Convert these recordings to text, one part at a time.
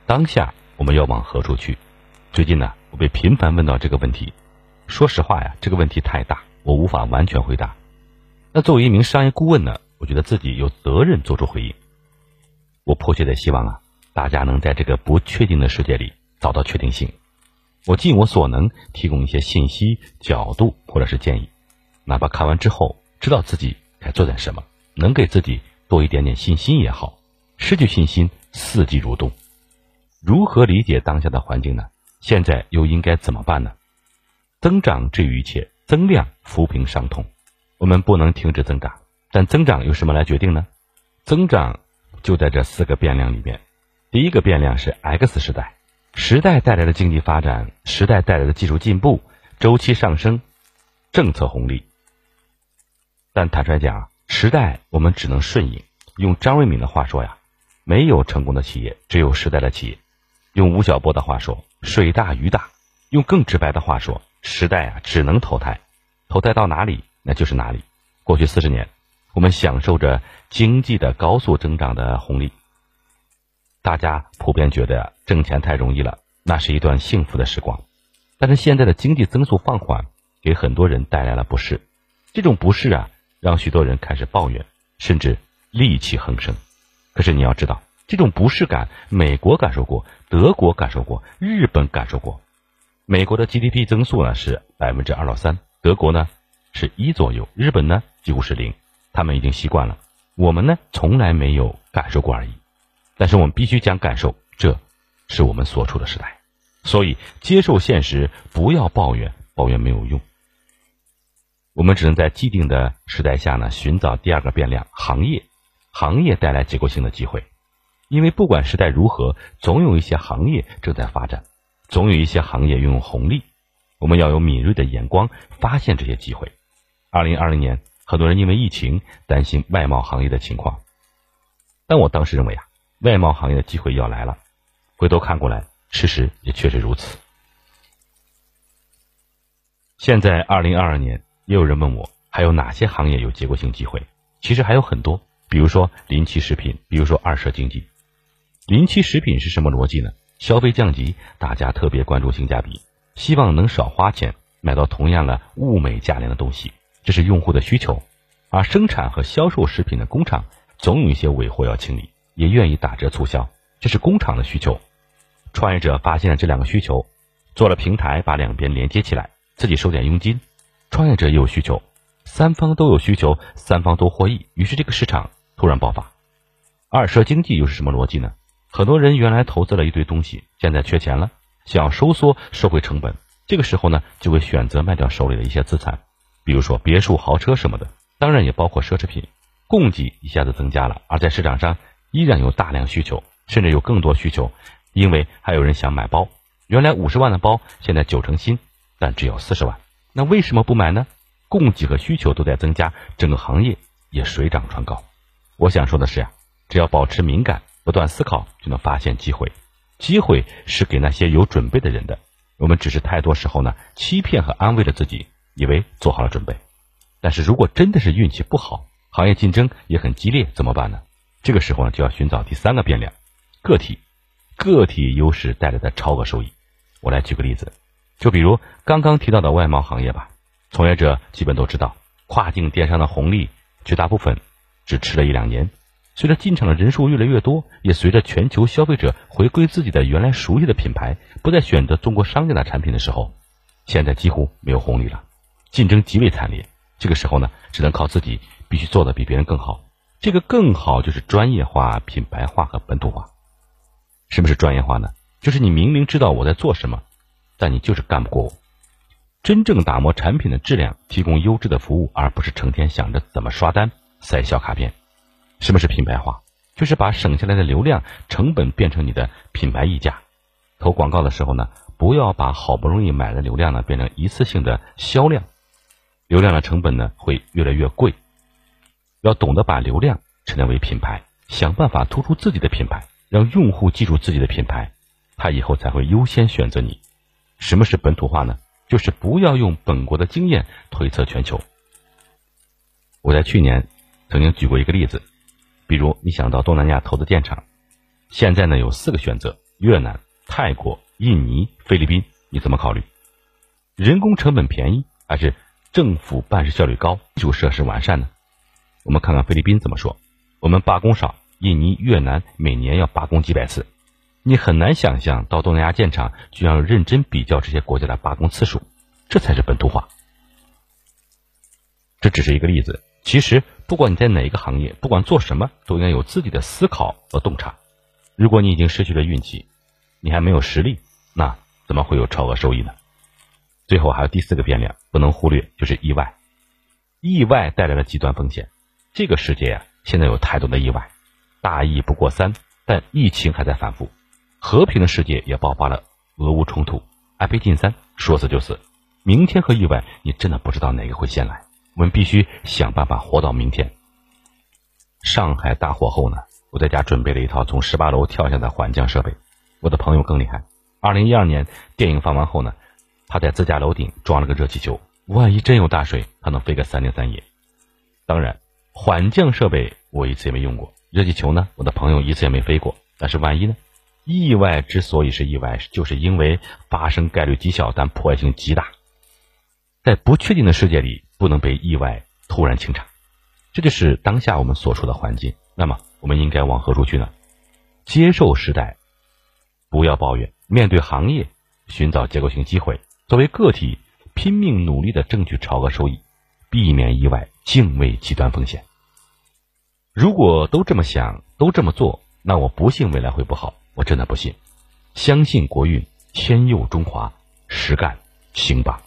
当下我们要往何处去？最近呢，我被频繁问到这个问题。说实话呀，这个问题太大，我无法完全回答。那作为一名商业顾问呢，我觉得自己有责任做出回应。我迫切的希望啊，大家能在这个不确定的世界里找到确定性。我尽我所能提供一些信息、角度或者是建议，哪怕看完之后知道自己该做点什么，能给自己多一点点信心也好。失去信心，四季如冬。如何理解当下的环境呢？现在又应该怎么办呢？增长治愈一切，增量抚平伤痛。我们不能停止增长，但增长由什么来决定呢？增长就在这4个变量里面。第一个变量是 X 时代，时代带来的经济发展，时代带来的技术进步，周期上升，政策红利。但坦率讲，时代我们只能顺应。用张瑞敏的话说呀，没有成功的企业，只有时代的企业。用吴晓波的话说，水大鱼大。用更直白的话说，时代啊只能投胎，投胎到哪里那就是哪里。过去40年，我们享受着经济的高速增长的红利，大家普遍觉得挣钱太容易了，那是一段幸福的时光。但是现在的经济增速放缓，给很多人带来了不适。这种不适啊，让许多人开始抱怨，甚至戾气横生。可是你要知道，这种不适感，美国感受过，德国感受过，日本感受过。美国的 GDP 增速呢是 2.3%， 德国呢是1左右，日本呢几乎是0。他们已经习惯了，我们呢从来没有感受过而已。但是我们必须讲感受，这是我们所处的时代。所以接受现实，不要抱怨，抱怨没有用。我们只能在既定的时代下呢，寻找第2个变量，行业。行业带来结构性的机会，因为不管时代如何，总有一些行业正在发展，总有一些行业拥有红利。我们要有敏锐的眼光，发现这些机会。2020年，很多人因为疫情担心外贸行业的情况，但我当时认为啊，外贸行业的机会要来了。回头看过来，事实也确实如此。现在2022年，也有人问我还有哪些行业有结构性机会。其实还有很多，比如说临期食品，比如说二手经济。临期食品是什么逻辑呢？消费降级，大家特别关注性价比，希望能少花钱买到同样的物美价廉的东西，这是用户的需求。而生产和销售食品的工厂总有一些尾货要清理，也愿意打折促销，这是工厂的需求。创业者发现了这2个需求，做了平台，把两边连接起来，自己收点佣金。创业者也有需求，3方都有需求，3方都获益，于是这个市场突然爆发。二手经济又是什么逻辑呢？很多人原来投资了一堆东西，现在缺钱了，想要收缩收回成本，这个时候呢，就会选择卖掉手里的一些资产，比如说别墅、豪车什么的，当然也包括奢侈品。供给一下子增加了，而在市场上依然有大量需求，甚至有更多需求，因为还有人想买包，原来50万的包现在9成新，但只有40万。那为什么不买呢？供给和需求都在增加，整个行业也水涨船高。我想说的是呀，只要保持敏感，不断思考，就能发现机会。机会是给那些有准备的人的，我们只是太多时候呢，欺骗和安慰了自己，以为做好了准备。但是如果真的是运气不好，行业竞争也很激烈，怎么办呢？这个时候呢，就要寻找第3个变量，个体。个体优势带来的超额收益。我来举个例子，就比如刚刚提到的外贸行业吧，从业者基本都知道，跨境电商的红利绝大部分只吃了1-2年。随着进场的人数越来越多，也随着全球消费者回归自己的原来熟悉的品牌，不再选择中国商家的产品的时候，现在几乎没有红利了，竞争极为惨烈。这个时候呢，只能靠自己，必须做得比别人更好。这个更好就是专业化、品牌化和本土化。什么是专业化呢？就是你明明知道我在做什么，但你就是干不过我。真正打磨产品的质量，提供优质的服务，而不是成天想着怎么刷单、塞小卡片。什么是品牌化？就是把省下来的流量成本变成你的品牌溢价。投广告的时候呢，不要把好不容易买的流量呢变成一次性的销量，流量的成本呢会越来越贵。要懂得把流量称量为品牌，想办法突出自己的品牌，让用户记住自己的品牌，他以后才会优先选择你。什么是本土化呢？就是不要用本国的经验推测全球。我在去年曾经举过一个例子，比如你想到东南亚投资电厂，现在呢有4个选择， 越南、泰国、印尼、菲律宾，你怎么考虑？人工成本便宜，还是政府办事效率高，基础设施完善呢？我们看看菲律宾怎么说。我们罢工少，印尼、越南每年要罢工几百次。你很难想象到东南亚建厂居然要认真比较这些国家的罢工次数，这才是本土化。这只是一个例子，其实不管你在哪一个行业，不管做什么，都应该有自己的思考和洞察。如果你已经失去了运气，你还没有实力，那怎么会有超额收益呢？最后还有第4个变量不能忽略，就是意外。意外带来了极端风险。这个世界啊，现在有太多的意外，大疫不过3，但疫情还在反复。和平的世界也爆发了俄乌冲突，安倍晋三说死就死。明天和意外，你真的不知道哪个会先来，我们必须想办法活到明天。上海大火后呢，我在家准备了一套从18楼跳下的缓降设备。我的朋友更厉害，2012年电影放完后呢，他在自家楼顶装了个热气球，万一真有大水，他能飞个3天3夜。当然缓降设备我一次也没用过，热气球呢，我的朋友一次也没飞过。但是万一呢？意外之所以是意外，就是因为发生概率极小，但破坏性极大。在不确定的世界里，不能被意外突然清场。这就是当下我们所处的环境。那么我们应该往何处去呢？接受时代，不要抱怨，面对行业寻找结构性机会，作为个体拼命努力的争取超额收益，避免意外，敬畏极端风险。如果都这么想，都这么做，那我不信未来会不好，我真的不信。相信国运，天佑中华，实干行吧。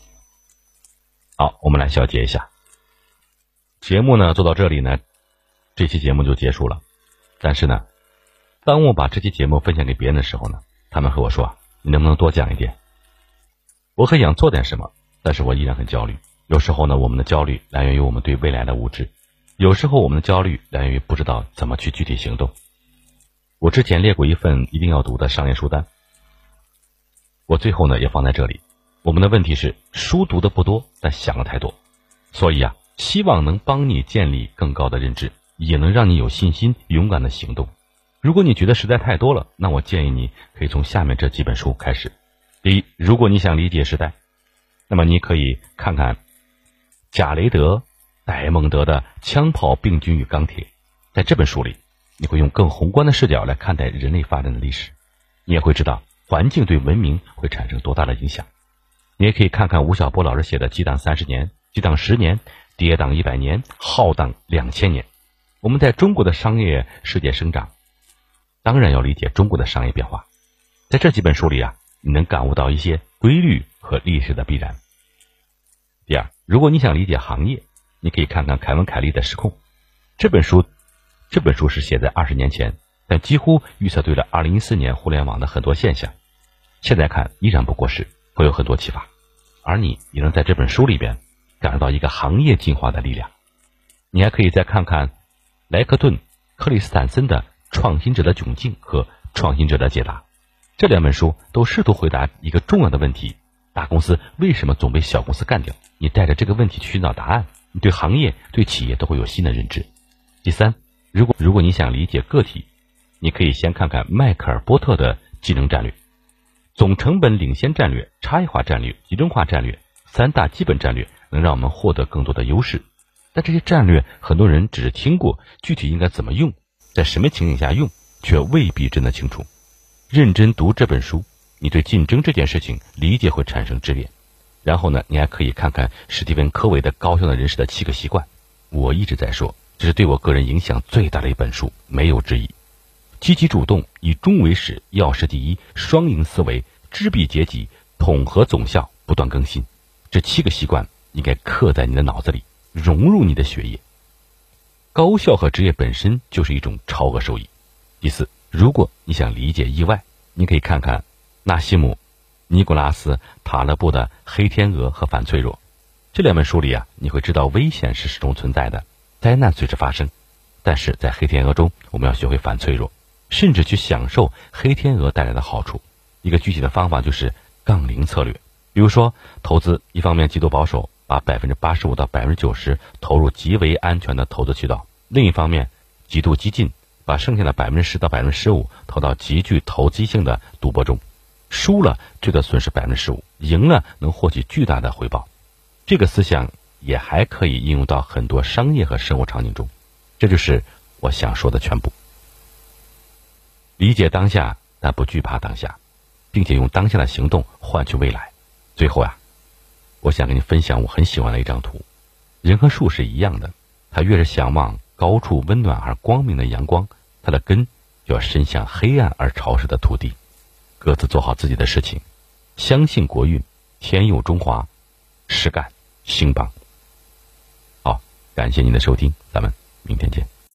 好，我们来小结一下。节目呢做到这里呢，这期节目就结束了。但是呢，当我把这期节目分享给别人的时候呢，他们和我说，你能不能多讲一点？我很想做点什么，但是我依然很焦虑。有时候呢，我们的焦虑来源于我们对未来的无知，有时候我们的焦虑来源于不知道怎么去具体行动。我之前列过一份一定要读的商业书单，我最后呢也放在这里。我们的问题是书读的不多，但想的太多，所以希望能帮你建立更高的认知，也能让你有信心勇敢的行动。如果你觉得实在太多了，那我建议你可以从下面这几本书开始。第一，如果你想理解时代，那么你可以看看贾雷德·戴蒙德的《枪炮、病菌与钢铁》。在这本书里，你会用更宏观的视角来看待人类发展的历史，你也会知道环境对文明会产生多大的影响。你也可以看看吴晓波老师写的《激荡30年》、《激荡10年》、《跌宕100年》、《浩荡2000年》。我们在中国的商业世界生长，当然要理解中国的商业变化。在这几本书里你能感悟到一些规律和历史的必然。第二，如果你想理解行业，你可以看看凯文·凯利的《失控》。这本书是写在20年前，但几乎预测对了2014年互联网的很多现象。现在看依然不过时，会有很多启发。而你也能在这本书里边感受到一个行业进化的力量。你还可以再看看莱克顿·克里斯坦森的《创新者的窘境》和《创新者的解答》。这2本书都试图回答一个重要的问题：大公司为什么总被小公司干掉？你带着这个问题去寻找答案，你对行业、对企业都会有新的认知。第三，如果你想理解个体，你可以先看看迈克尔·波特的技能战略。总成本领先战略、差异化战略、集中化战略3大基本战略能让我们获得更多的优势。但这些战略很多人只是听过，具体应该怎么用，在什么情景下用，却未必真的清楚。认真读这本书，你对竞争这件事情理解会产生质变。然后呢，你还可以看看史蒂芬·科维的《高效的人士的7个习惯》。我一直在说，这是对我个人影响最大的一本书，没有之一。积极主动，以终为始，要事第一，双赢思维，知彼解己，统合总效，不断更新。这7个习惯应该刻在你的脑子里，融入你的血液。高效和职业本身就是一种超额收益。第四，如果你想理解意外，你可以看看纳西姆·尼古拉斯·塔勒布的《黑天鹅和反脆弱》。这2本书里你会知道危险是始终存在的，灾难随时发生，但是在黑天鹅中，我们要学会反脆弱，甚至去享受黑天鹅带来的好处。一个具体的方法就是杠铃策略。比如说投资，一方面极度保守，把85%到90%投入极为安全的投资渠道，另一方面极度激进， 把剩下的10%到15%投到极具投机性的赌博中，输了就得损失15%，赢了能获取巨大的回报。这个思想也还可以应用到很多商业和生活场景中。这就是我想说的全部。理解当下，但不惧怕当下，并且用当下的行动换取未来。最后我想跟你分享我很喜欢的一张图。人和树是一样的，它越是向往高处温暖而光明的阳光，它的根就要伸向黑暗而潮湿的土地。各自做好自己的事情，相信国运，天佑中华，实干兴邦。好，感谢您的收听，咱们明天见。